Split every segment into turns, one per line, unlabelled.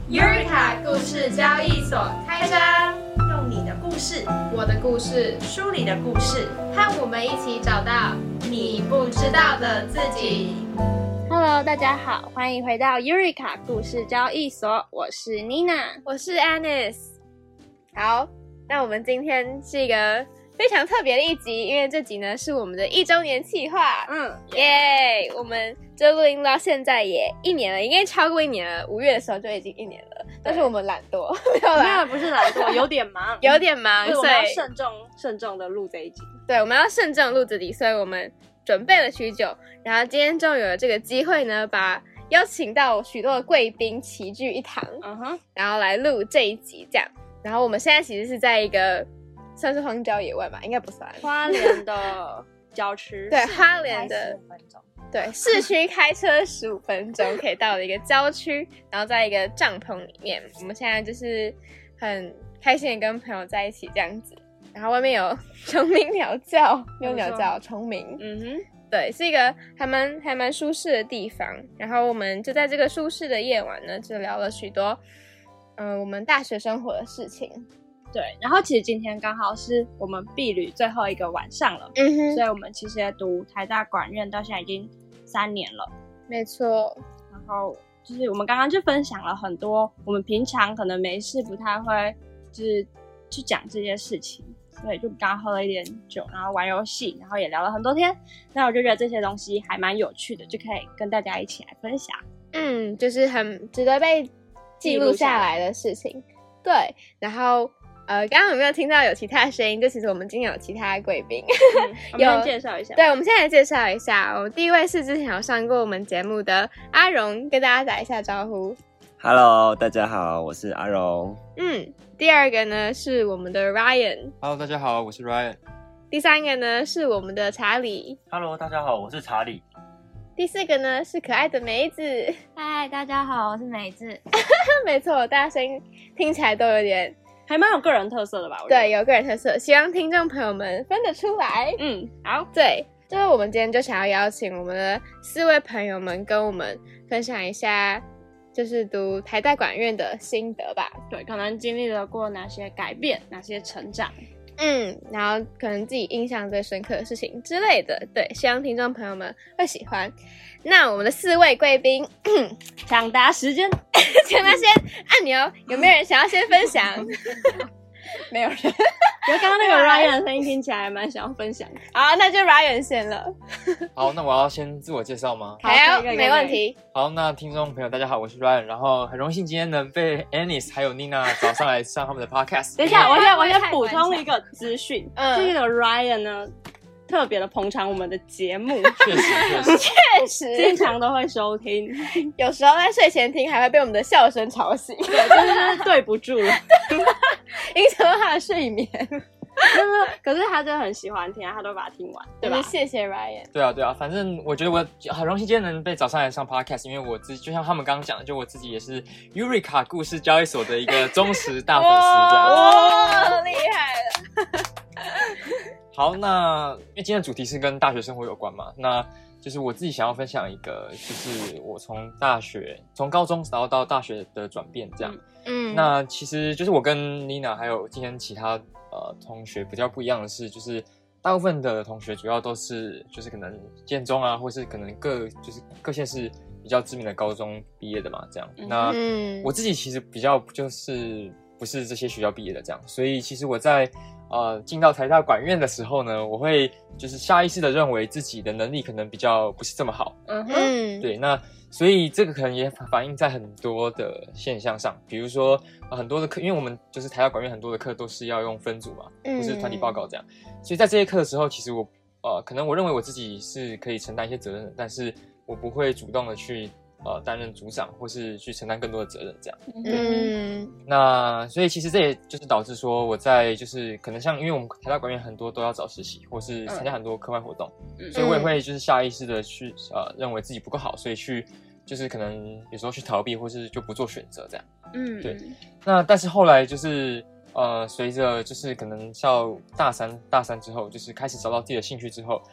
Eureka 故事交易所开张，
用你的故事、
我的故事、
书里的故事，
和我们一起找到你不知道的自己。
Hello， 大家好，欢迎回到 Eureka 故事交易所，我是 Nina，
我是 Anis。好，那我们今天是一个非常特别的一集，因为这集呢是我们的1周年企划。耶！我们这录音到现在也1年了，应该超过1年了。5月的时候就已经1年了，但是我们懒惰，
没有，不是懒惰，有点忙，
有点忙，
所以我们要慎重的录这一集。
对，我们要慎重录这集，所以我们准备了许久，然后今天终于有了这个机会呢，把邀请到许多的贵宾齐聚一堂，然后来录这一集这样。然后我们现在其实是在一个算是荒郊野外吧，应该不算，
花莲的郊区，
对，花莲的
15分钟，
对，市区开车15分钟可以到的一个郊区，然后在一个帐篷里面，我们现在就是很开心的跟朋友在一起这样子。然后外面有虫鸣鸟叫，没有鸟叫，虫鸣。对，是一个还蛮舒适的地方。然后我们就在这个舒适的夜晚呢，就聊了许多我们大学生活的事情。
对，然后其实今天刚好是我们毕旅最后一个晚上了，所以我们其实也读台大管院到现在已经3年了。
没错。
然后就是我们刚刚就分享了很多我们平常可能没事不太会就是去讲这些事情，所以就刚喝了一点酒，然后玩游戏，然后也聊了很多天。那我就觉得这些东西还蛮有趣的，就可以跟大家一起来分享。
就是很值得被记录下来的事情。对，然后刚刚有没有听到有其他的声音？就其实我们今天有其他的贵宾，
我们先介绍一下。
对，我们现在来介绍一下。我们第一位是之前有上过我们节目的阿荣，跟大家打一下招呼。
Hello， 大家好，我是阿荣。
第二个呢是我们的 Ryan。Hello，
大家好，我是 Ryan。
第三个呢是我们的查理。
Hello， 大家好，我是查理。
第四个呢是可爱的梅子。
嗨，大家好，我是梅子。
没错，大家声音听起来都有点
还蛮有个人特色的吧？我觉得
对，有个人特色，希望听众朋友们分得出来。好，对，就是我们今天就想要邀请我们的4位朋友们跟我们分享一下，就是读台大管院的心得吧。
对，可能经历了过哪些改变，哪些成长。
然后可能自己印象最深刻的事情之类的，对，希望听众朋友们会喜欢。那我们的4位贵宾，
抢答时间，
请他先按钮，有没有人想要先分享？没有人。
因为刚刚那个 Ryan 的声音听起来还蛮想要分享的。
好，那就 Ryan 先了。
好，那我要先自我介绍吗？
好，没问题。
好，那听众朋友大家好，我是 Ryan， 然后很荣幸今天能被 Anis 还有 Nina 找上来上他们的 podcast。
等一下，我先补充一个资讯，这个 Ryan 呢特别的捧场我们的节目，
确实
经常都会收听，
有时候在睡前听还会被我们的笑声吵醒，
对，就是对不住了，
影响到他的睡眠。
可是他真的很喜欢听，他都把它听完，对吧？
谢谢 Ryan。
对啊，反正我觉得我很荣幸今天能被找上来上 podcast， 因为我自己就像他们刚刚讲的，就我自己也是 Eureka 故事交易所的一个忠实大粉丝，这样。
哇，厉害了！
好，那因为今天的主题是跟大学生活有关嘛，那就是我自己想要分享一个，就是我从高中然后到大学的转变这样。那其实就是我跟 Nina 还有今天其他同学比较不一样的是，就是大部分的同学主要都是就是可能建中啊，或是可能各县市比较知名的高中毕业的嘛，这样。那我自己其实比较就是不是这些学校毕业的这样，所以其实我在进到台大管院的时候呢，我会就是下意识的认为自己的能力可能比较不是这么好。对，那所以这个可能也反映在很多的现象上，比如说很多的课，因为我们就是台大管院很多的课都是要用分组嘛，不是团体报告这样，所以在这些课的时候，其实我可能我认为我自己是可以承担一些责任的，但是我不会主动的去担任组长或是去承担更多的责任这样。那所以其实这也就是导致说我在就是可能像因为我们台大管院很多都要找实习或是参加很多课外活动，所以我也会就是下意识的去认为自己不够好，所以去就是可能有时候去逃避或是就不做选择这样。对。那但是后来就是随着就是可能到大三之后，就是开始找到自己的兴趣之后，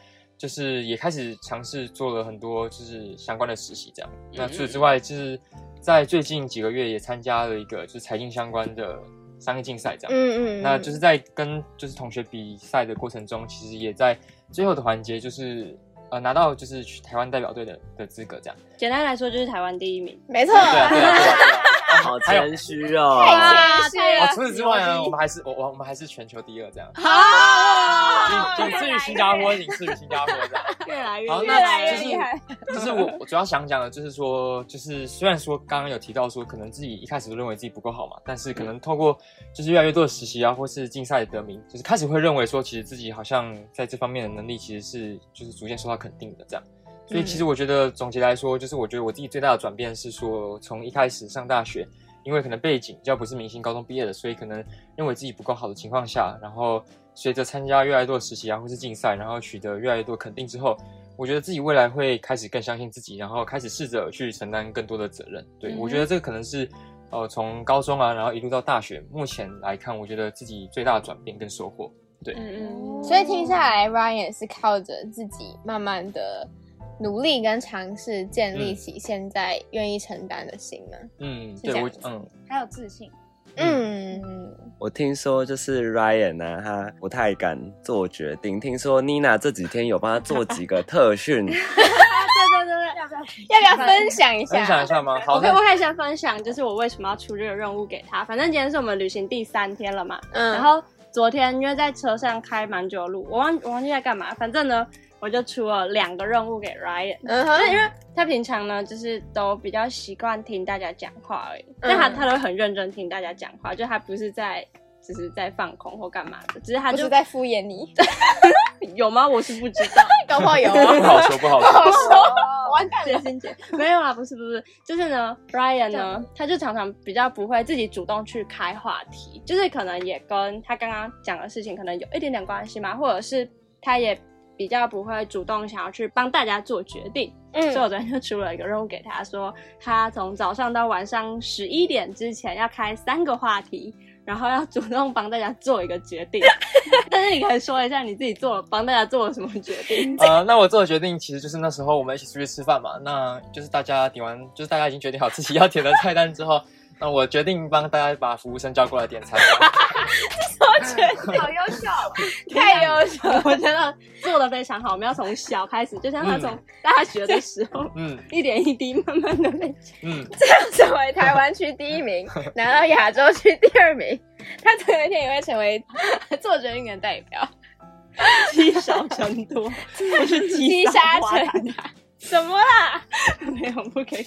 就是也开始尝试做了很多就是相关的实习这样。那除此之外，就是在最近几个月也参加了一个就是财经相关的商业竞赛这样。那就是在跟就是同学比赛的过程中，其实也在最后的环节就是拿到就是台湾代表队的资格这样。
简单来说就是台湾第1名。
没错。
对，好谦虚哦。
太谦虚了。
除此之外呢，我们还是全球第2这样。仅次于新加坡，这样。
越来越
厉害。
就是我主要想讲的，就是说，就是虽然说刚刚有提到说，可能自己一开始都认为自己不够好嘛，但是可能透过就是越来越多的实习啊，或是竞赛的得名，就是开始会认为说，其实自己好像在这方面的能力其实是就是逐渐受到肯定的这样。所以其实我觉得总结来说，就是我觉得我自己最大的转变是说，从一开始上大学，因为可能背景比较不是明星高中毕业的，所以可能认为自己不够好的情况下，然后随着参加越来越多的实习啊或是竞赛，然后取得越来越多肯定之后，我觉得自己未来会开始更相信自己，然后开始试着去承担更多的责任。对，我觉得这个可能是从高中啊，然后一路到大学，目前来看，我觉得自己最大的转变跟收获。对，
所以听下来 ，Ryan 是靠着自己慢慢的努力跟尝试，建立起现在愿意承担的心呢。
对，
还有自信。
我听说就是 Ryan 啊，他不太敢做决定。听说 Nina 这几天有帮他做几个特训。
对，
要不要分享一下？
分享一下吗？好，
我可以先分享，就是我为什么要出这个任务给他。反正今天是我们旅行第3天了嘛，然后昨天因为在车上开蛮久的路，我忘记在干嘛，反正呢我就出了2个任务给 Ryan，就是因为他平常呢就是都比较习惯听大家讲话而已，但他都很认真听大家讲话，就他不是在只是在放空或干嘛的，只是他就
不是在敷衍你。
有吗？我是不知道，
搞不好有啊。
不好说，
完蛋了，
心姐没有啦，不是，就是呢 ，Ryan 呢，他就常常比较不会自己主动去开话题，就是可能也跟他刚刚讲的事情可能有一点点关系嘛，或者是他也比较不会主动想要去帮大家做决定。所以我昨天就出了一个任务给他，说他从早上到晚上11点之前要开3个话题，然后要主动帮大家做一个决定。但是你可以说一下你自己帮大家做了什么决定？
那我做的决定其实就是那时候我们一起出去吃饭嘛，那就是大家点完，就是大家已经决定好自己要点的菜单之后，那我决定帮大家把服务生叫过来点餐。
这什么决定？好优秀，太优秀了！
我觉得做得非常好。我们要从小开始，就像他从大学的时候，一点一滴慢慢的被
这样成为台湾区第1名，拿到亚洲区第2名，他总有一天也会成为做决定的代表。
积少成多，不是
积沙成塔。什么啦？
没有，不可以。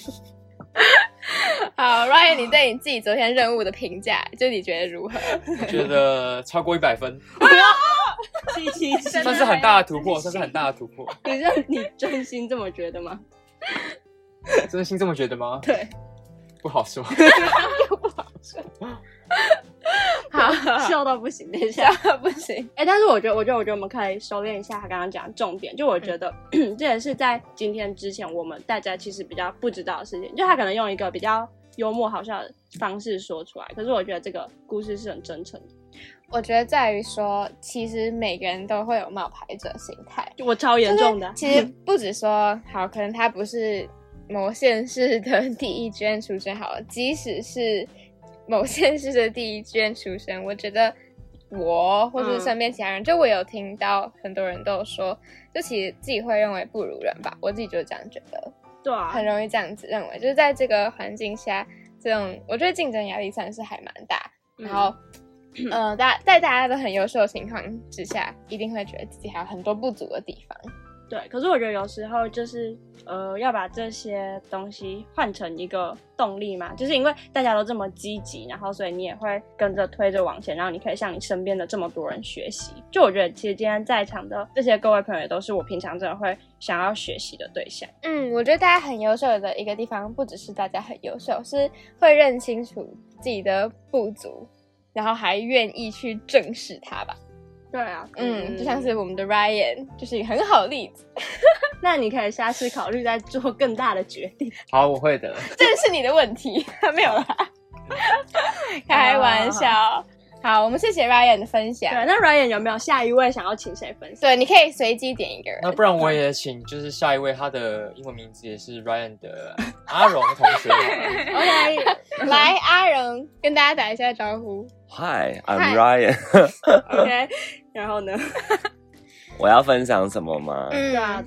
好 ，Ryan， 你对你自己昨天任务的评价，就你觉得如何？
我觉得超过100分。
777，
算是很大的突破，
你真心这么觉得吗？
真心这么觉得吗？
对，
不好说。
又不好说。好，
笑到不行，等一下
笑到不行。
但是我觉得我们可以收敛一下他刚刚讲的重点，就我觉得这也是在今天之前我们大家其实比较不知道的事情，就他可能用一个比较幽默好笑的方式说出来，可是我觉得这个故事是很真诚的。
我觉得在于说，其实每个人都会有冒牌者心态，
我超严重的。
其实不止说好，可能他不是某县市的第一志愿出身好了，即使是某县市的第一志愿出身，我觉得我或是身边其他人，就我有听到很多人都有说，就其实自己会认为不如人吧，我自己就这样觉得。
对啊，
很容易这样子认为，就是在这个环境下，这种我觉得竞争压力算是还蛮大，然后在大家都很优秀的情况之下，一定会觉得自己还有很多不足的地方。
对，可是我觉得有时候就是要把这些东西换成一个动力嘛，就是因为大家都这么积极，然后所以你也会跟着推着往前，然后你可以向你身边的这么多人学习。就我觉得其实今天在场的这些各位朋友也都是我平常真的会想要学习的对象。
我觉得大家很优秀的一个地方，不只是大家很优秀，是会认清楚自己的不足，然后还愿意去正视它吧。
对啊，
就像是我们的 Ryan 就是一个很好的例子。
那你可以下次考虑再做更大的决定。
好，我会的。这
是你的问题，没有啦，开玩笑。 好，我们谢谢 Ryan 的分享。
对，那 Ryan 有没有下一位想要请谁分享？
对，你可以随机点一个人。
那不然我也请，就是下一位，他的英文名字也是 Ryan 的阿荣同学好了。
OK， 来，阿荣跟大家打一下招呼。
Hi, I'm Ryan 。
OK， 然后呢？
我要分享什么吗？
对啊。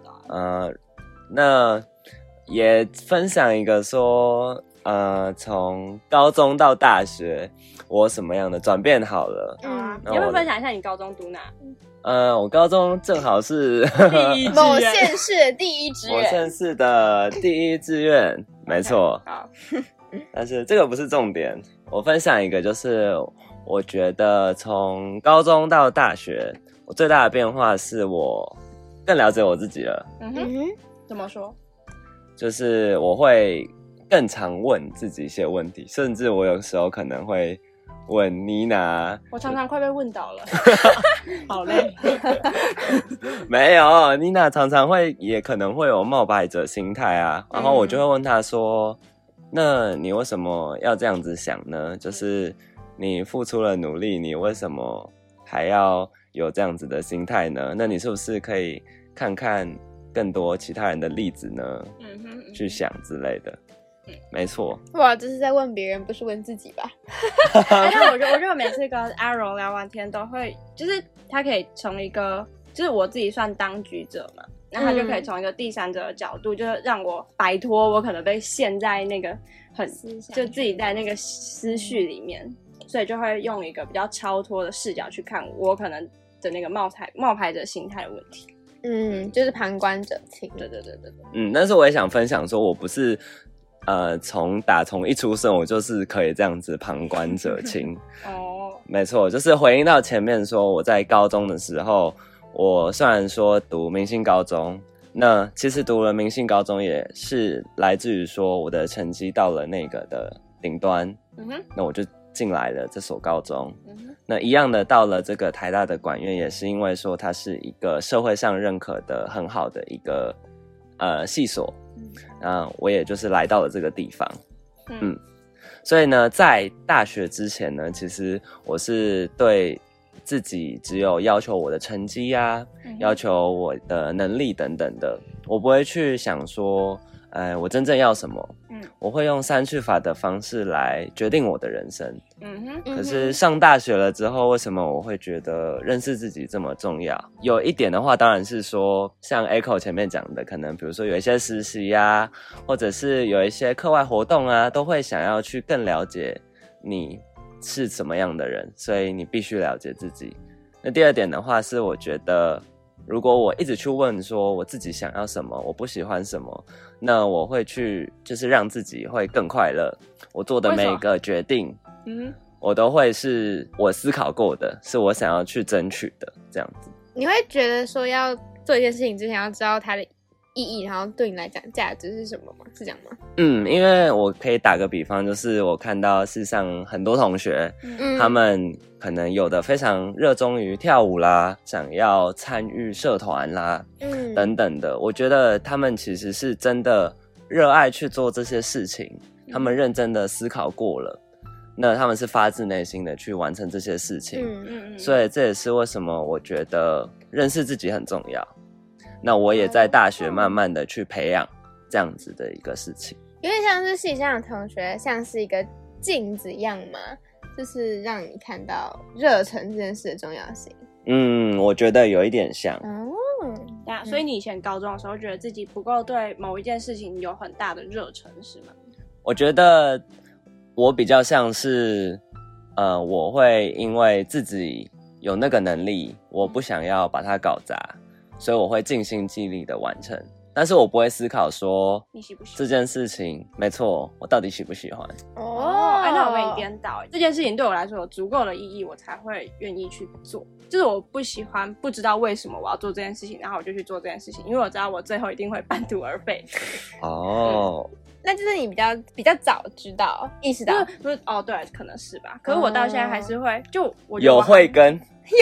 那也分享一个说，从高中到大学，我什么样的转变好了。
你要不要分享一下你高中读哪？
我高中正好是
某县市的第一志愿，
某县市的第一志愿，没错。
好，
但是这个不是重点。我分享一个，就是我觉得从高中到大学，我最大的变化是我更了解我自己了。
怎么说？
就是我会更常问自己一些问题，甚至我有时候可能会问妮娜。
我常常快被问倒了，好累。
没有，妮娜常常也可能会有冒牌者心态啊，然后我就会问她说，那你为什么要这样子想呢？就是你付出了努力，你为什么还要有这样子的心态呢？那你是不是可以看看更多其他人的例子呢？去想之类的。没错。
哇，这是在问别人，不是问自己吧？
但我觉得每次跟阿荣聊完天都会，就是他可以从一个，就是我自己算当局者嘛，然后他就可以从一个第三者的角度，就是让我摆脱我可能被陷在那个就自己在那个思绪里面，所以就会用一个比较超脱的视角去看我可能的那个冒牌者心态的问题。
就是旁观者清。
对。
但是我也想分享说，我不是从一出生我就是可以这样子旁观者清。没错，就是回应到前面说，我在高中的时候，我虽然说读明星高中，那其实读了明星高中也是来自于说我的成绩到了那个的顶端，那我就进来了这所高中。那一样的，到了这个台大的管院，也是因为说它是一个社会上认可的很好的一个系所，我也就是来到了这个地方。所以呢，在大学之前呢，其实我是对自己只有要求我的成绩啊，要求我的能力等等的，我不会去想说我真正要什么。我会用删去法的方式来决定我的人生。可是上大学了之后，为什么我会觉得认识自己这么重要？有一点的话，当然是说像 Echo 前面讲的，可能比如说有一些实习啊，或者是有一些课外活动啊，都会想要去更了解你是什么样的人，所以你必须了解自己。那第二点的话是，我觉得如果我一直去问说我自己想要什么，我不喜欢什么，那我会去就是让自己会更快乐。我做的每一个决定，我都会是我思考过的，是我想要去争取的，这样子。
你会觉得说要做一件事情之前要知道它的意义，然后对你来讲价值是什么吗？是这样吗？
因为我可以打个比方，就是我看到世上很多同学，他们可能有的非常热衷于跳舞啦，想要参与社团啦，等等的。我觉得他们其实是真的热爱去做这些事情，他们认真的思考过了，那他们是发自内心的去完成这些事情。所以这也是为什么我觉得认识自己很重要。那我也在大学慢慢的去培养这样子的一个事情，
有点像是系上的同学像是一个镜子一样吗？就是让你看到热忱这件事的重要性。
我觉得有一点像。
所以你以前高中的时候觉得自己不够对某一件事情有很大的热忱是吗？
我觉得我比较像是我会因为自己有那个能力，我不想要把它搞砸，所以我会尽心尽力的完成，但是我不会思考说
你喜不喜欢
这件事情，没错，我到底喜不喜欢。
那我跟你颠倒，这件事情对我来说有足够的意义，我才会愿意去做。就是我不喜欢不知道为什么我要做这件事情，然后我就去做这件事情，因为我知道我最后一定会半途而废。
那就是你比较早知道意识到，
不是对，可能是吧。可是我到现在还是会，就我
有慧根，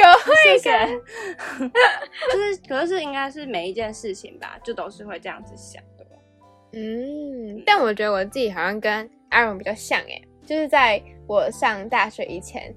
可是应该是每一件事情吧，就都是会这样子想的。
但我觉得我自己好像跟阿荣比较像就是在我上大学以前，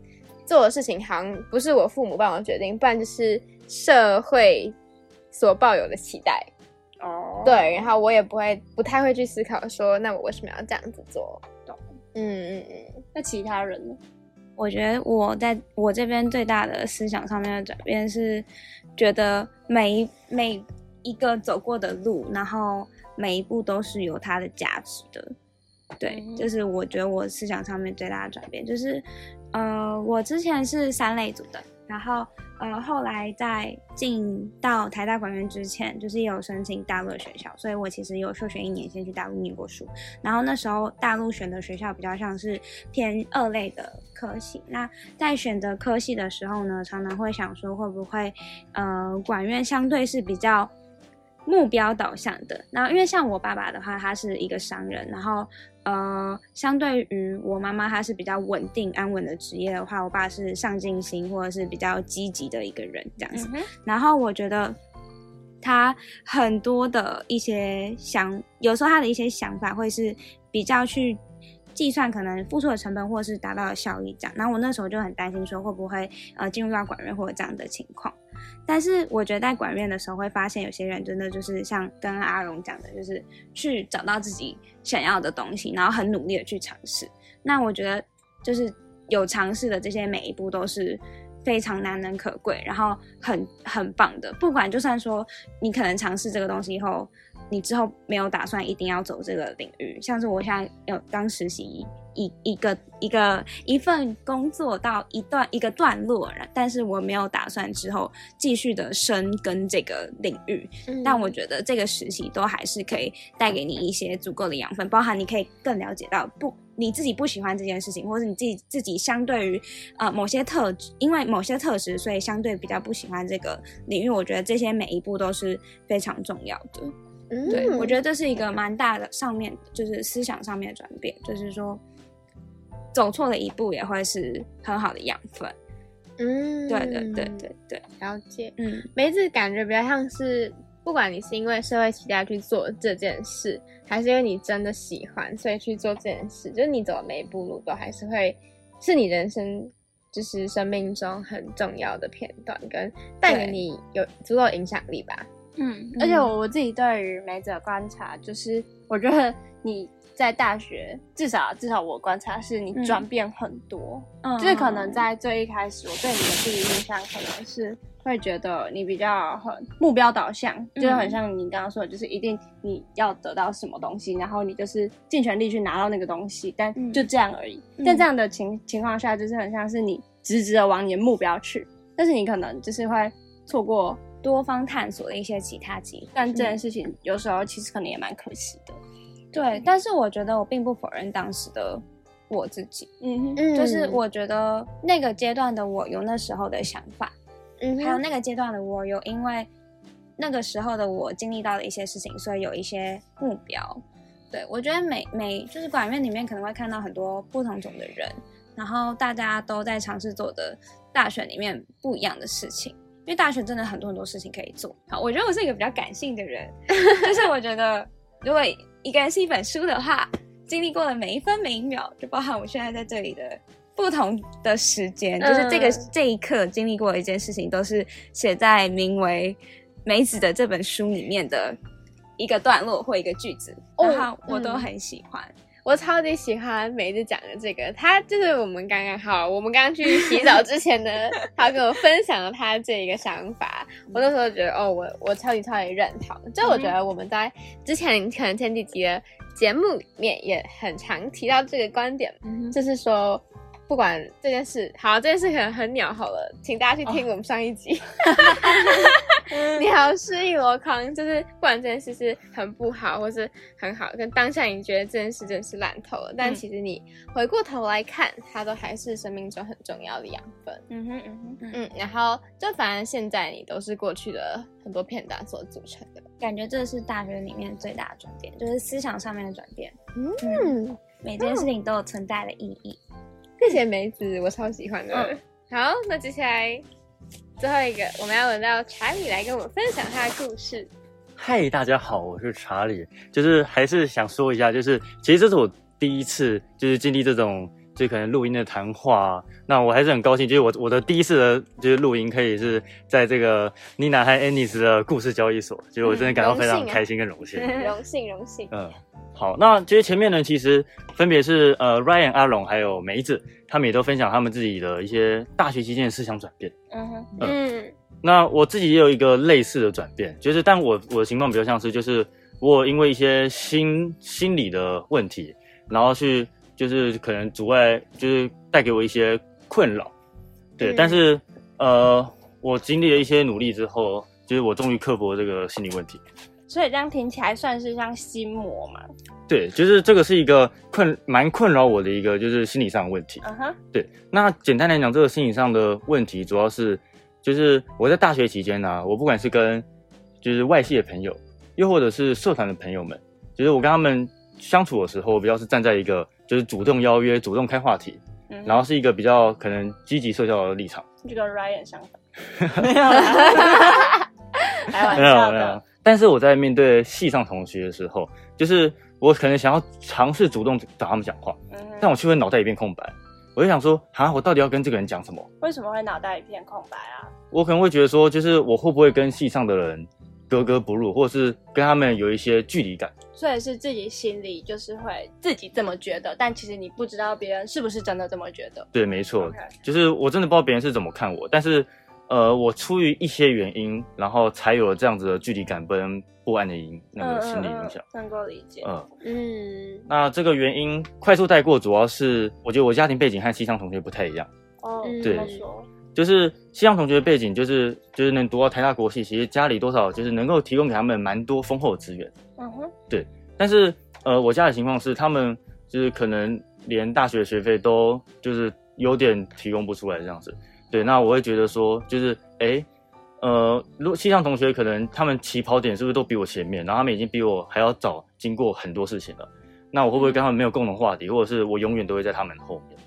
做的事情好像不是我父母帮我决定，不然就是社会所抱有的期待。对，然后我也不太会去思考说，那我为什么要这样子做？
懂。那其他人呢？
我觉得我在我这边最大的思想上面的转变是，觉得每一个走过的路，然后每一步都是有它的价值的。对，就是我觉得我思想上面最大的转变就是，我之前是3类组的，然后后来在进到台大管院之前，就是也有申请大陆的学校，所以我其实有休学1年先去大陆念过书。然后那时候大陆选的学校比较像是偏2类的科系。那在选择科系的时候呢，常常会想说会不会管院相对是比较目标导向的。然后因为像我爸爸的话，他是一个商人，然后相对于我妈妈她是比较稳定安稳的职业的话，我爸是上进心或者是比较积极的一个人这样子。然后我觉得他很多的一些有时候他的一些想法会是比较去计算可能付出的成本或者是达到的效益这样。然后我那时候就很担心说会不会进入到管院或者这样的情况。但是我觉得在管院的时候会发现有些人真的就是像跟阿荣讲的，就是去找到自己想要的东西，然后很努力的去尝试。那我觉得就是有尝试的这些每一步都是非常难能可贵，然后很棒的。不管就算说你可能尝试这个东西以后，你之后没有打算一定要走这个领域，像是我现在有刚实习一份工作到一个段落，但是我没有打算之后继续的深耕这个领域。但我觉得这个实习都还是可以带给你一些足够的养分，包含你可以更了解到你自己不喜欢这件事情，或是你自己相对于某些特质，因为某些特质，所以相对比较不喜欢这个领域。我觉得这些每一步都是非常重要的。对，我觉得这是一个蛮大的上面就是思想上面的转变，就是说走错了一步也会是很好的养分。对，
了解。梅子感觉比较像是，不管你是因为社会期待去做这件事，还是因为你真的喜欢所以去做这件事，就是你走的每一步路都还是会是你人生就是生命中很重要的片段，跟带给你有足够的影响力吧。
而且我自己对于梅子的观察，就是我觉得你在大学至少我观察是你转变很多。就是可能在最一开始我对你的第一印象可能是会觉得你比较很目标导向，就是很像你刚刚说的，就是一定你要得到什么东西，然后你就是尽全力去拿到那个东西，但就这样而已。但这样的情况下，就是很像是你直直的往你的目标去，但是你可能就是会错过多方探索的一些其他机会。但这件事情有时候其实可能也蛮可惜的。
对，但是我觉得我并不否认当时的我自己。就是我觉得那个阶段的我有那时候的想法，还有那个阶段的我有因为那个时候的我经历到的一些事情，所以有一些目标。对，我觉得每就是管院里面可能会看到很多不同种的人，然后大家都在尝试做的大学里面不一样的事情。因为大学真的很多事情可以做。好，我觉得我是一个比较感性的人，就是我觉得如果一个人是一本书的话，经历过的每一分每一秒，就包含我现在在这里的不同的时间，就是这一刻经历过的一件事情，都是写在名为梅子的这本书里面的一个段落或一个句子，然后我都很喜欢。
我超级喜欢梅子讲的这个，他就是我们刚刚去洗澡之前呢，他跟我分享了他这一个想法。我那时候觉得我超级认同。就我觉得我们在之前可能前几集的节目里面也很常提到这个观点，就是说不管这件事可能很鸟好了，请大家去听我们上一集你好失意箩筐，就是不管这件事是很不好或是很好，跟当下你觉得这件事真的是烂透了，但其实你回过头来看，它都还是生命中很重要的养分。然后就反正现在你都是过去的很多片段所组成的，
感觉这是大学里面最大的转变，就是思想上面的转变。每件事情都有存在的意义。
谢谢梅子，我超喜欢的。好，那接下来最后一个，我们要轮到查理来跟我们分享他的故事。
嗨，大家好，我是查理。就是还是想说一下，就是其实这是我第一次就是经历这种就可能录音的谈话，那我还是很高兴，就是我的第一次的就是录音可以是在这个妮娜和 Anis 的故事交易所，就是我真的感到非常开心跟荣幸。
荣幸。
好，那其实前面呢，其实分别是Ryan、阿龙还有梅子，他们也都分享他们自己的一些大学期间的思想转变。那我自己也有一个类似的转变，就是但我的情况比较像是，就是我因为一些心理的问题，然后去就是可能阻碍，就是带给我一些困扰，对。但是我经历了一些努力之后，就是我终于克服了这个心理问题。
所以这样听起来算是像心魔嘛？
对，就是这个是一个蛮困扰我的一个就是心理上的问题。对。那简单来讲，这个心理上的问题主要是，就是我在大学期间呢，我不管是跟就是外系的朋友，又或者是社团的朋友们，就是我跟他们相处的时候，我比较是站在一个就是主动邀约、主动开话题，然后是一个比较可能积极社交的立场。
就跟 Ryan 相反。没有啦，开玩笑的。没有。
但是我在面对系上同学的时候，就是我可能想要尝试主动找他们讲话，但我却会脑袋一片空白。我就想说，我到底要跟这个人讲什么？
为什么会脑袋一片空白啊？
我可能会觉得说，就是我会不会跟系上的人格格不入，或者是跟他们有一些距离感。
所以是自己心里就是会自己这么觉得，但其实你不知道别人是不是真的这么觉得。
对，没错，就是我真的不知道别人是怎么看我，但是我出于一些原因，然后才有了这样子的距离感跟不安的那个心理影响。
能够理解。
那这个原因快速带过，主要是我觉得我家庭背景和系上同学不太一样。对，就是系上同学的背景，就是能读到台大国系，其实家里多少就是能够提供给他们蛮多丰厚的资源。对。但是我家的情况是，他们就是可能连大学学费都就是有点提供不出来这样子。对，那我会觉得说，就是如果系上同学可能他们起跑点是不是都比我前面，然后他们已经比我还要早经过很多事情了，那我会不会跟他们没有共同话题，或者是我永远都会在他们后面？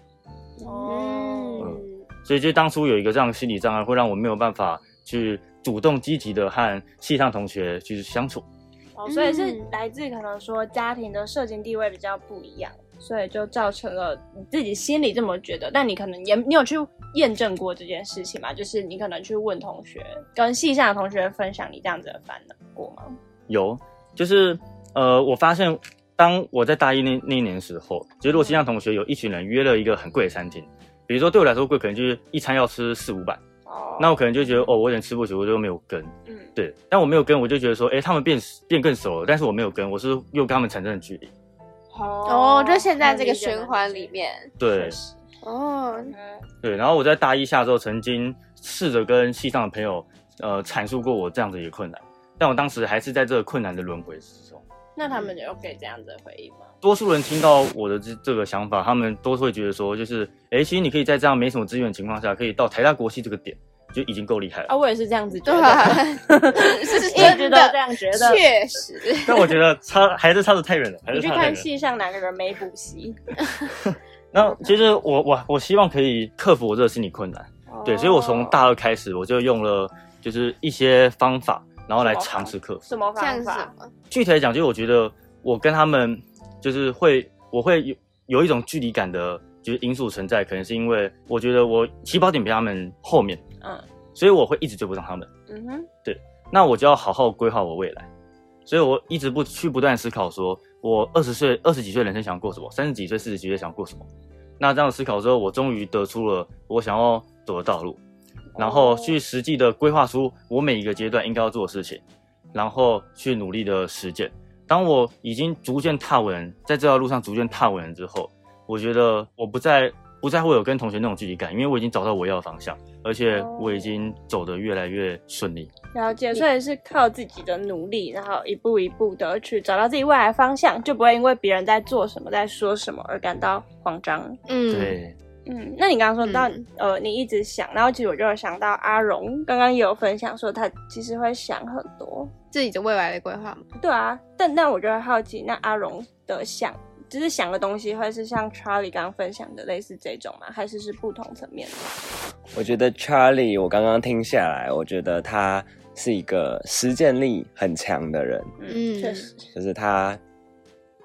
所以就当初有一个这样的心理障碍，会让我没有办法去主动积极的和系上同学去相处。
所以是来自可能说家庭的社经地位比较不一样，所以就造成了你自己心里这么觉得，但你可能你有去验证过这件事情吗？就是你可能去问同学，跟系上的同学分享你这样子的烦恼过吗？
有，就是我发现当我在大一那一年的时候，就是如果系上同学有一群人约了一个很贵的餐厅，比如说对我来说贵，可能就是一餐要吃400-500，那我可能就觉得我有点吃不起，我就没有跟。对，但我没有跟，我就觉得说，他们变更熟了，但是我没有跟，我是又跟他们产生了距离。
就现在这个循环里面。
对。对，然后我在大一下之后，曾经试着跟系上的朋友阐述过我这样的一个困难，但我当时还是在这个困难的轮回之中。
那他们有给这样的回应吗？
多数人听到我的这个想法，他们都会觉得说，就是其实你可以在这样没什么资源的情况下，可以到台大国系这个点，就已经够厉害了。
我也是这样子觉得，
是真的
这样觉得，
确实。
但我觉得还是差得太远了，
你去看系上哪个人没补习？
那其实我希望可以克服我这个心理困难，对，所以我从大2开始，我就用了就是一些方法，然后来尝试克服。
什么方法？
具体来讲，就是我觉得我跟他们就是我会有一种距离感的，就是因素存在，可能是因为我觉得我起跑点比他们后面，所以我会一直追不上他们。对，那我就要好好规划我未来，所以我一直不断思考说，我20几岁人生想要过什么，30几岁、40几岁想要过什么。那这样思考之后，我终于得出了我想要走的道路，然后去实际的规划出我每一个阶段应该要做的事情，然后去努力的实践。当我已经逐渐踏稳，在这条路上逐渐踏稳了之后，我觉得我不再会有跟同学那种距离感，因为我已经找到我要的方向，而且我已经走得越来越顺利。
了解，所以是靠自己的努力，然后一步一步的去找到自己未来的方向，就不会因为别人在做什么、在说什么而感到慌张。
对。
那你刚刚说到你一直想，然后其实我就有想到阿荣刚刚也有分享说他其实会想很多
自己的未来的规划嘛。
对啊，但我就会好奇，那阿荣的就是想的东西会是像 Charlie 刚刚分享的类似这种吗？还是不同层面的？
我觉得 Charlie 我刚刚听下来，我觉得他是一个实践力很强的人。
确实，
就是他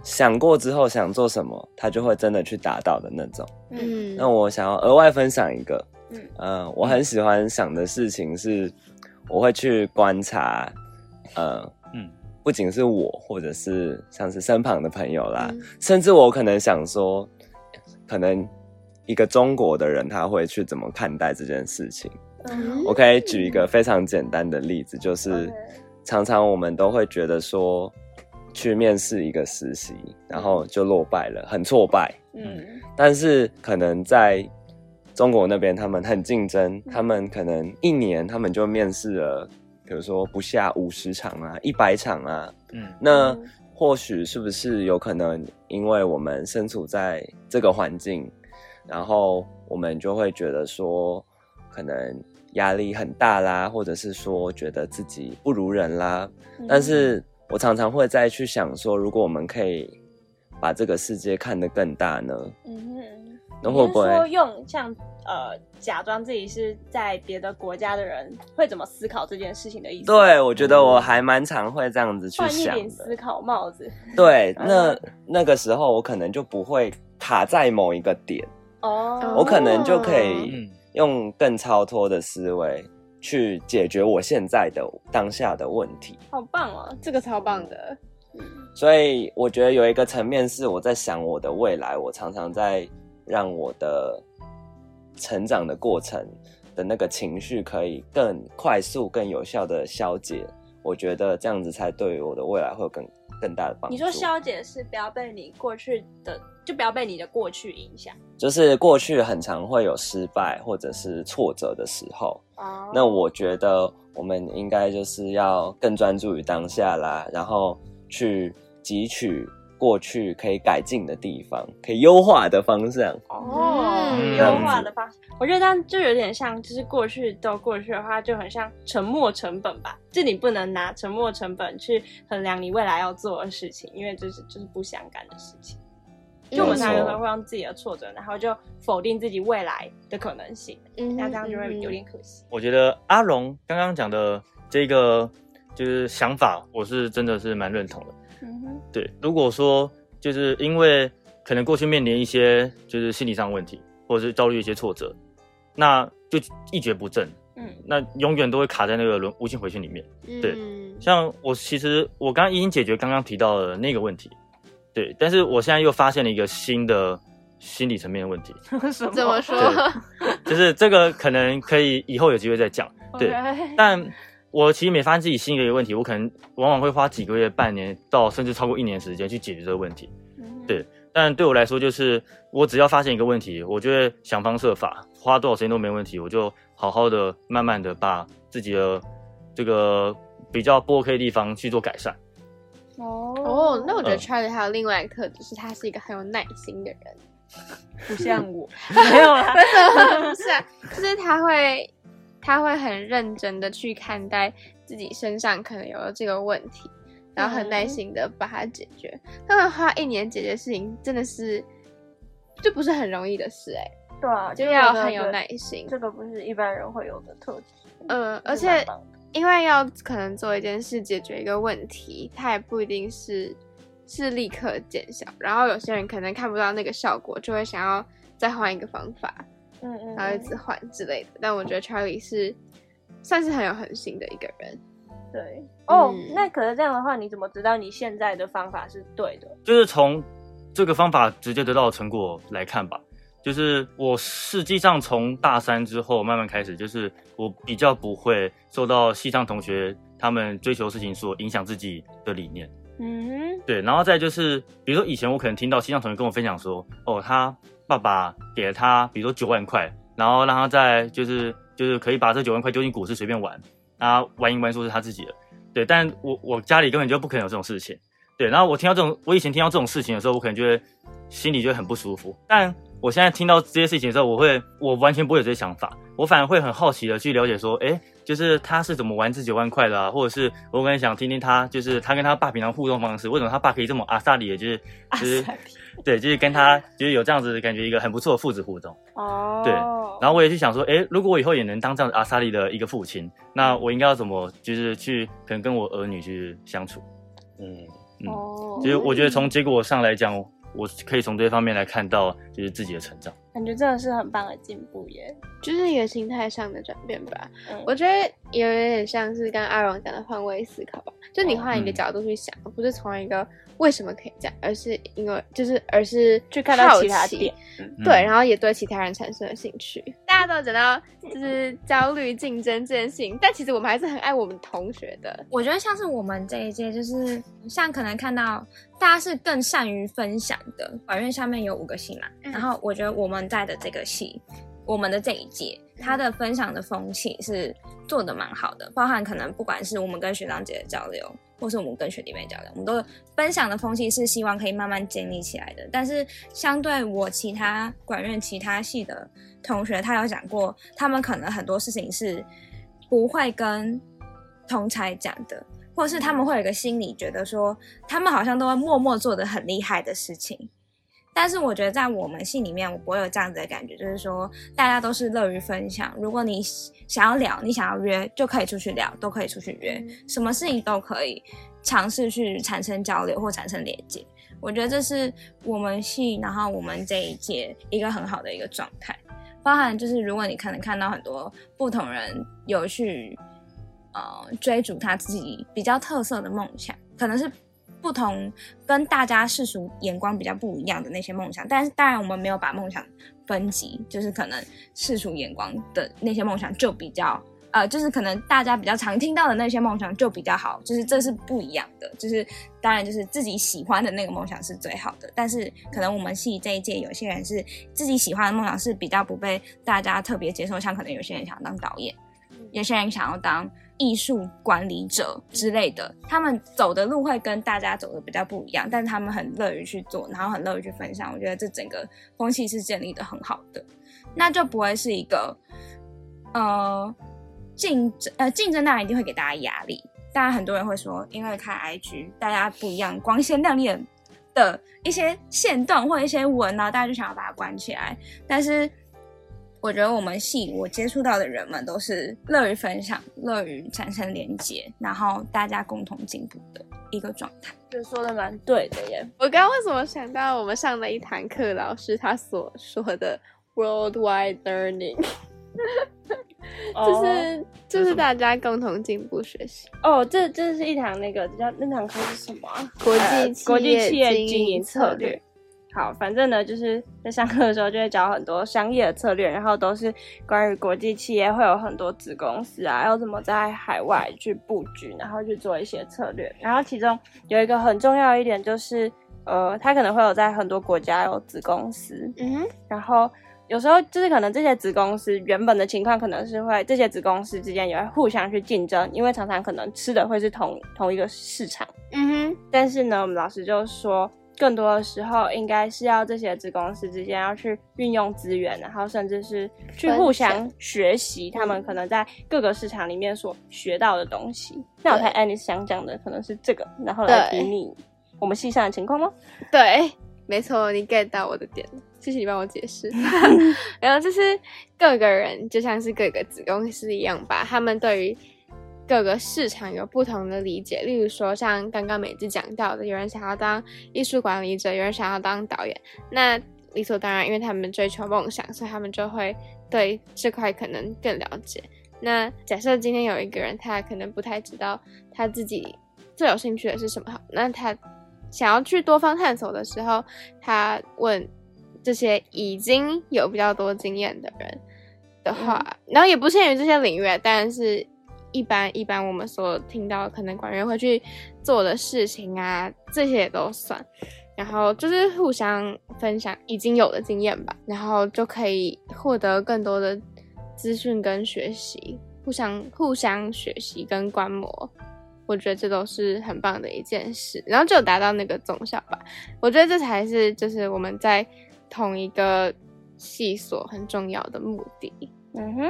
想过之后想做什么，他就会真的去达到的那种。那我想要额外分享一个，我很喜欢想的事情是，我会去观察，不仅是我，或者是像是身旁的朋友啦，甚至我可能想说，可能一个中国的人他会去怎么看待这件事情。我可以举一个非常简单的例子，就是常常我们都会觉得说，去面试一个实习，然后就落败了，很挫败。但是可能在中国那边，他们很竞争，他们可能1年他们就面试了，比如说不下50场啊，100场啊。那或许是不是有可能，因为我们身处在这个环境，然后我们就会觉得说，可能压力很大啦，或者是说觉得自己不如人啦。但是我常常会再去想说，如果我们可以把这个世界看得更大呢？那会不会
说用像假装自己是在别的国家的人会怎么思考这件事情的意思？
对，我觉得我还蛮常会这样子去想的。
换一点思考帽子。
对，那个时候我可能就不会卡在某一个点。我可能就可以用更超脱的思维去解决我现在的当下的问题。
好棒哦，
这个超棒的。
所以我觉得有一个层面是我在想我的未来，我常常在让我的成长的过程的那个情绪可以更快速更有效的消解，我觉得这样子才对于我的未来会有更大的帮助。
你说消解是不要被你过去的，就不要被你的过去影响，
就是过去很常会有失败或者是挫折的时候。那我觉得我们应该就是要更专注于当下啦，然后去汲取过去可以改进的地方，可以优化的方向。
优化的方向，我觉得它就有点像，就是过去都过去的话，就很像沉没成本吧。就你不能拿沉没成本去衡量你未来要做的事情，因为就是不相干的事情。就我们常常会让自己的挫折，然后就否定自己未来的可能性，那这样就会有点可惜。
我觉得阿龙刚刚讲的这个就是想法，我是真的是蛮认同的。对，如果说就是因为可能过去面临一些就是心理上的问题，或者是遭遇一些挫折，那就一蹶不振。那永远都会卡在那个无限回圈里面。对，像其实我刚刚已经解决刚刚提到的那个问题。对，但是我现在又发现了一个新的心理层面的问题。
怎么说？
就是这个可能可以以后有机会再讲。对，但我其实每发现自己新的一个问题，我可能往往会花几个月、半年到甚至超过1年时间去解决这个问题。对，但对我来说，就是我只要发现一个问题，我就会想方设法，花多少时间都没问题，我就好好的、慢慢的把自己的这个比较不 OK 的地方去做改善。
那我觉得 Charlie 还有另外一个特质，是他是一个很有耐心的人，
不像我，没有啦，
不是啊，就是他会很认真的去看待自己身上可能有这个问题，然后很耐心的把它解决。他们花1年解决事情，真的是就不是很容易的事
对啊，
就要很有耐心，
这个不是一般人会有的特质。
而且因为要可能做一件事解决一个问题，它也不一定是立刻见效，然后有些人可能看不到那个效果，就会想要再换一个方法，然后一直换之类的。但我觉得 Charlie 是算是很有恒心的一个人。
对，那可是这样的话，你怎么知道你现在的方法是对的？
就是从这个方法直接得到的成果来看吧。就是我实际上从大3之后慢慢开始，就是我比较不会受到系上同学他们追求事情所影响自己的理念。对，然后再就是比如说以前我可能听到系上同学跟我分享说，他爸爸给了他比如说9万块，然后让他在就是可以把这9万块丢进股市随便玩，他玩赢玩输是他自己的。对，但我家里根本就不可能有这种事情。对，然后我以前听到这种事情的时候，我可能就会心里就会很不舒服。但我现在听到这些事情的时候，我完全不会有这些想法，我反而会很好奇的去了解说，就是他是怎么玩这9万块的啊，或者是我很想听听他，就是他跟他爸平常互动方式，为什么他爸可以这么阿萨里的，就是对，就是跟他就是有这样子的感觉，一个很不错的父子互动。对，然后我也去想说，如果我以后也能当这样阿萨里的一个父亲，那我应该要怎么就是去可能跟我儿女去相处。 就是我觉得从结果上来讲，我可以从这方面来看到就是自己的成长，
感觉真的是很棒的进步耶，
就是一个心态上的转变吧。我觉得有点像是跟阿荣讲的换位思考吧，就你换一个角度去想，不是从一个为什么可以这样，而是去看到其他点，对，然后也对其他人产生了兴趣。大家都讲到就是焦虑竞争这件事情，但其实我们还是很爱我们同学的。
我觉得像是我们这一届，就是像可能看到大家是更善于分享的。管院下面有5个系嘛，然后我觉得我们在的这个系，我们的这一届，它的分享的风气是做得蛮好的，包含可能不管是我们跟学长姐的交流，或是我们跟学弟妹交流，我们都分享的风气是希望可以慢慢建立起来的。但是相对我其他管院其他系的同学，他有讲过，他们可能很多事情是不会跟同儕讲的，或是他们会有一个心理觉得说，他们好像都会默默做得很厉害的事情。但是我觉得在我们系里面，我不会有这样子的感觉，就是说大家都是乐于分享。如果你想要聊，你想要约，就可以出去聊，都可以出去约，什么事情都可以尝试去产生交流或产生连接。我觉得这是我们系，然后我们这一届一个很好的一个状态。包含就是如果你可能看到很多不同人有去追逐他自己比较特色的梦想，可能是不同跟大家世俗眼光比较不一样的那些梦想，但是当然我们没有把梦想分级，就是可能世俗眼光的那些梦想就比较就是可能大家比较常听到的那些梦想就比较好，就是这是不一样的，就是当然就是自己喜欢的那个梦想是最好的，但是可能我们系这一届有些人是自己喜欢的梦想是比较不被大家特别接受，像可能有些人想要当导演，有些人想要当艺术管理者之类的，他们走的路会跟大家走的比较不一样，但是他们很乐于去做，然后很乐于去分享，我觉得这整个风气是建立的很好的，那就不会是一个竞争当然一定会给大家压力，当然很多人会说因为看 IG 大家不一样光鲜亮丽的一些限动或一些文，然后大家就想要把它关起来，但是我觉得我们系我接触到的人们都是乐于分享，乐于产生连结，然后大家共同进步的一个状态。
就说的蛮对的耶。
我刚刚为什么想到我们上的一堂课老师他所说的 worldwide learning 就是大家共同进步学习。
这是一堂那堂课是什么
国际
企业经营策略。好，反正呢，就是在上课的时候就会教很多商业的策略，然后都是关于国际企业会有很多子公司啊，要怎么在海外去布局，然后去做一些策略。然后其中有一个很重要一点就是，它可能会有在很多国家有子公司，然后有时候就是可能这些子公司原本的情况可能是会这些子公司之间也会互相去竞争，因为常常可能吃的会是同一个市场，但是呢，我们老师就说，更多的时候应该是要这些子公司之间要去运用资源，然后甚至是去互相学习他们可能在各个市场里面所学到的东西。那我猜Annie想讲的可能是这个，然后来提你我们系上的情况吗？
对，没错，你 get 到我的点了，谢谢你帮我解释。然后就是各个人就像是各个子公司一样吧，他们对于各个市场有不同的理解，例如说像刚刚美智讲到的，有人想要当艺术管理者，有人想要当导演，那理所当然因为他们追求梦想，所以他们就会对这块可能更了解。那假设今天有一个人他可能不太知道他自己最有兴趣的是什么好，那他想要去多方探索的时候，他问这些已经有比较多经验的人的话，然后也不限于这些领域，当然是一般我们所听到可能管院会去做的事情啊，这些也都算，然后就是互相分享已经有的经验吧，然后就可以获得更多的资讯跟学习，互相学习跟观摩，我觉得这都是很棒的一件事，然后就达到那个综效吧。我觉得这才是就是我们在同一个系所很重要的目的。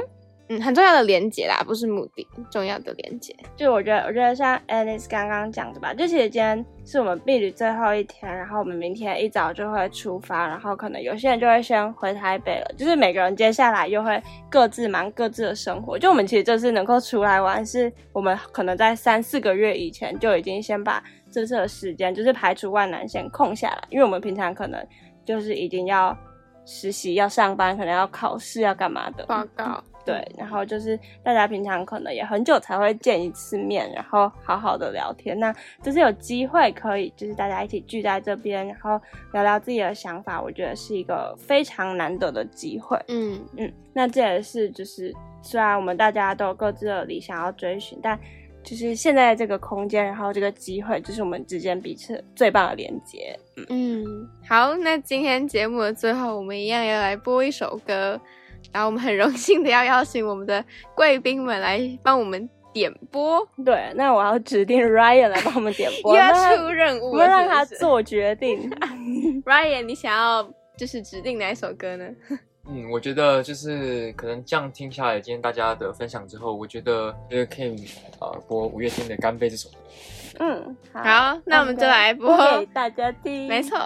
很重要的连结啦，不是目的，重要的连结。
就我觉得像 Alice 刚刚讲的吧，就其实今天是我们毕旅最后一天，然后我们明天一早就会出发，然后可能有些人就会先回台北了，就是每个人接下来又会各自忙各自的生活。就我们其实这次能够出来玩，是我们可能在3-4个月以前就已经先把这次的时间就是排除万难先空下来，因为我们平常可能就是已经要实习要上班，可能要考试要干嘛的
报告。
对，然后就是大家平常可能也很久才会见一次面，然后好好的聊天。那这是有机会可以就是大家一起聚在这边，然后聊聊自己的想法，我觉得是一个非常难得的机会。那这也是就是虽然我们大家都有各自的理想要追寻，但就是现在这个空间，然后这个机会，就是我们之间彼此最棒的连接。
好，那今天节目的最后，我们一样要来播一首歌。然后我们很荣幸的要邀请我们的贵宾们来帮我们点播。
对，那我要指定 Ryan 来帮我们点播，
要出任务了，
我们让他做决定。
Ryan， 你想要就是指定哪一首歌呢？
我觉得就是可能这样听下来，今天大家的分享之后，我觉得可以播五月天的《干杯》这首歌。
好，那我们就来播
给大家听。
没错。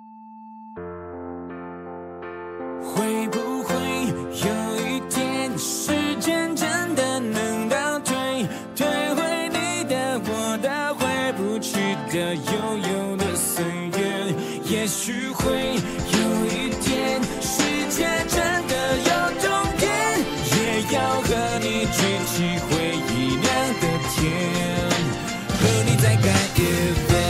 会不会有一天，时间真的能倒退，退回你的、我的、回不去的、悠悠的岁月？也许会有一天，世界真的有终点，也要和你举起回忆酿的甜，和你再干一杯。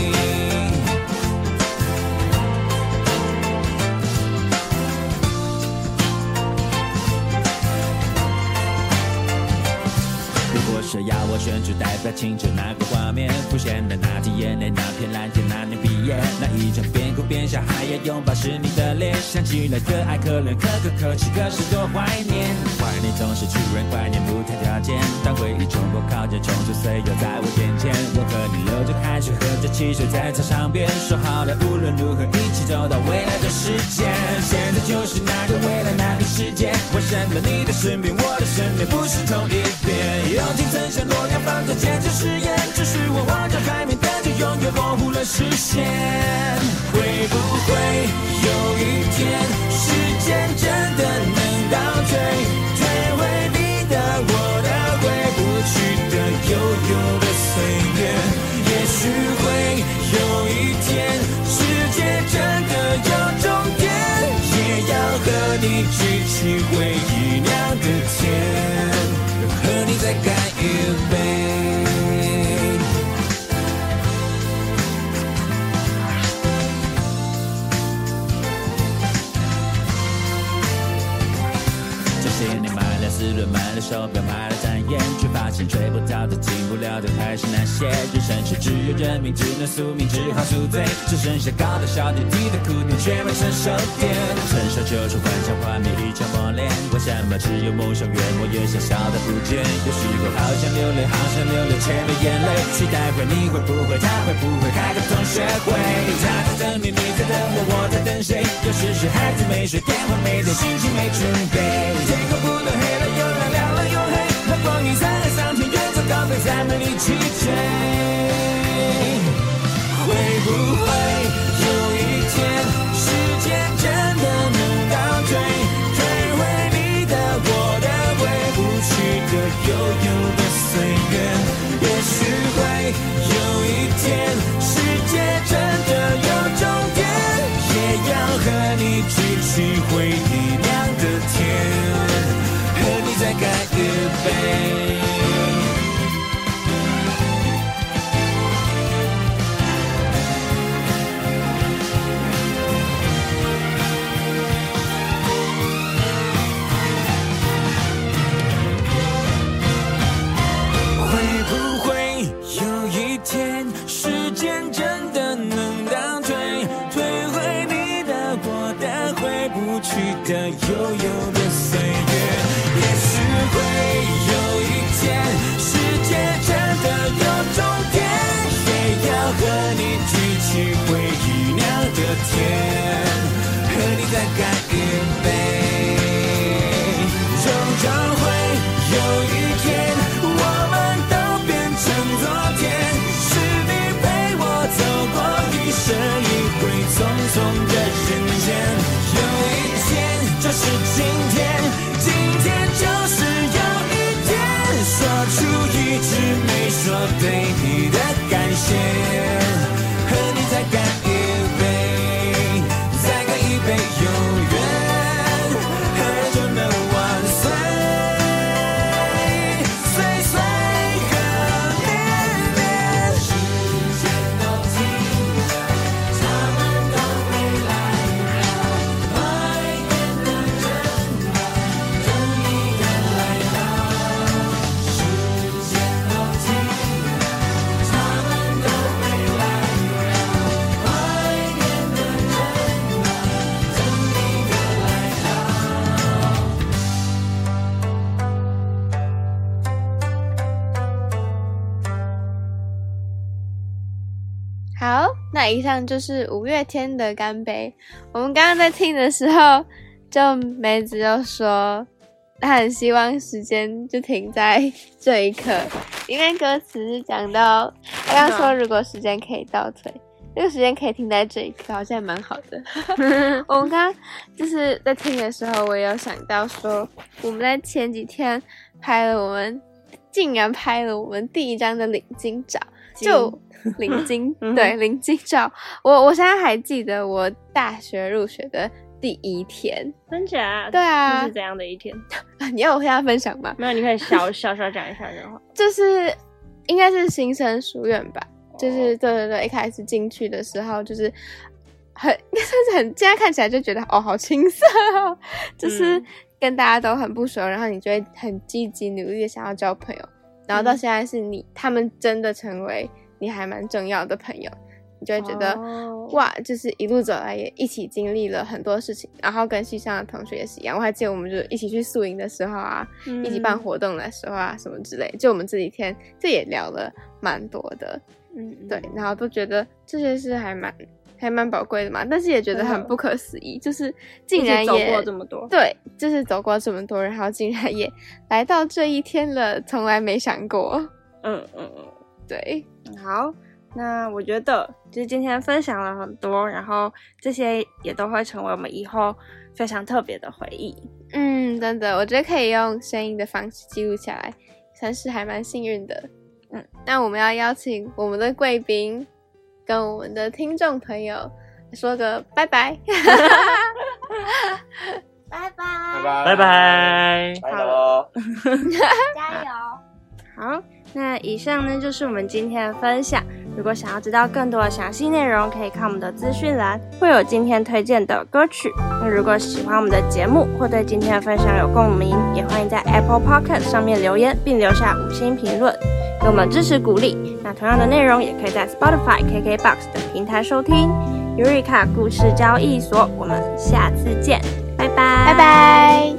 说要我选出代表青春那个画面，浮现的那滴眼泪，那片蓝天，那年毕业，那一场边哭边笑还要拥抱是你的脸，想起来可爱可怜可可可泣，可是多怀念。怀念总是突然怀念不谈条件，当回忆冲破靠近，冲出岁月在我眼前，我和你流着汗水，喝着汽水在操场边，说好了无论如何一起走到未来的世界。现在就是那个未来那个世界，为什么你的身边我的身边不是同一边？友情曾像诺亚方舟坚持实验，只是我望着海面，但却永远模糊了视线。会不会有一天，时间真的能倒退，退回你的、我的、回不去的、悠悠的岁月？也许会有一天，世界真的有终点，也要和你举起回忆酿的甜，和你再干一杯。这些年买了4轮，买了手表，买了展演，却发现追不到的、进不了的还是那些。人生是只有认命，只能宿命，只好宿醉，只剩下高的小点，低的哭点，却没成熟点。成熟就是幻想画面一场磨练，为什么只有梦想越磨越小，小的不见？有时候好想流泪，好想流泪，却没眼泪。期待会你会不会，他会不会开个同学会？他在等你，你在等我，我在等谁？有时是孩子没睡，电话没接，心情没准备。天空不断黑了又亮，亮了又黑，那光阴在海上天，远走高飞，再没力气追。会不会有一天，时间真的能倒退，退回你的、我的、回不去的、悠悠的岁月？也许会有一天，世界真的有终点，也要和你举起回忆酿的甜，和你再干一杯。会不会有一天，时间真的能倒退，退回你的、我的、回不去的、悠悠的岁月？也许会有一天，世界真的有终点，也要和你举起回忆酿的甜，和你再干一杯。终究会
那以上就是5月天的《干杯》。我们刚刚在听的时候，就梅子就说他很希望时间就停在这一刻，因为歌词是讲到他刚说如果时间可以倒退，这个时间可以停在这一刻，好像蛮好的。我们刚刚就是在听的时候，我也有想到说，我们在前几天竟然拍了我们第一张的领巾照，就领巾对领巾照。我现在还记得我大学入学的第一天，
真假？
对啊，
这是怎样的一天？
你要我跟大家分享吗？
没有，你可以小讲一下就好。
就是应该是新生书院吧，就是对，一开始进去的时候就是很现在看起来就觉得好青涩哦，就是跟大家都很不熟，然后你就会很积极努力的想要交朋友，然后到现在是他们真的成为你还蛮重要的朋友，你就会觉得哇，就是一路走来也一起经历了很多事情，然后跟系上的同学也是一样。我还记得我们就一起去宿营的时候啊，一起办活动的时候啊，什么之类，就我们这几天这也聊了蛮多的，对，然后都觉得这些事还蛮宝贵的嘛，但是也觉得很不可思议，就是竟然也
走过这么多，
对，就是走过这么多，然后竟然也来到这一天了，从来没想过。对，
好，那我觉得就是今天分享了很多，然后这些也都会成为我们以后非常特别的回忆。
真的，我觉得可以用声音的方式记录下来，算是还蛮幸运的。那我们要邀请我们的贵宾跟我们的听众朋友说个拜拜。
拜拜，
拜拜，
拜喽，
加油。
好，那以上呢就是我们今天的分享。如果想要知道更多的详细内容，可以看我们的资讯栏，会有今天推荐的歌曲。那如果喜欢我们的节目，或对今天的分享有共鸣，也欢迎在 Apple Podcast 上面留言，并留下5星评论，给我们支持鼓励。那同样的内容也可以在 Spotify、KKBOX 等平台收听。Eureka 故事交易所，我们下次见，拜拜，
拜拜。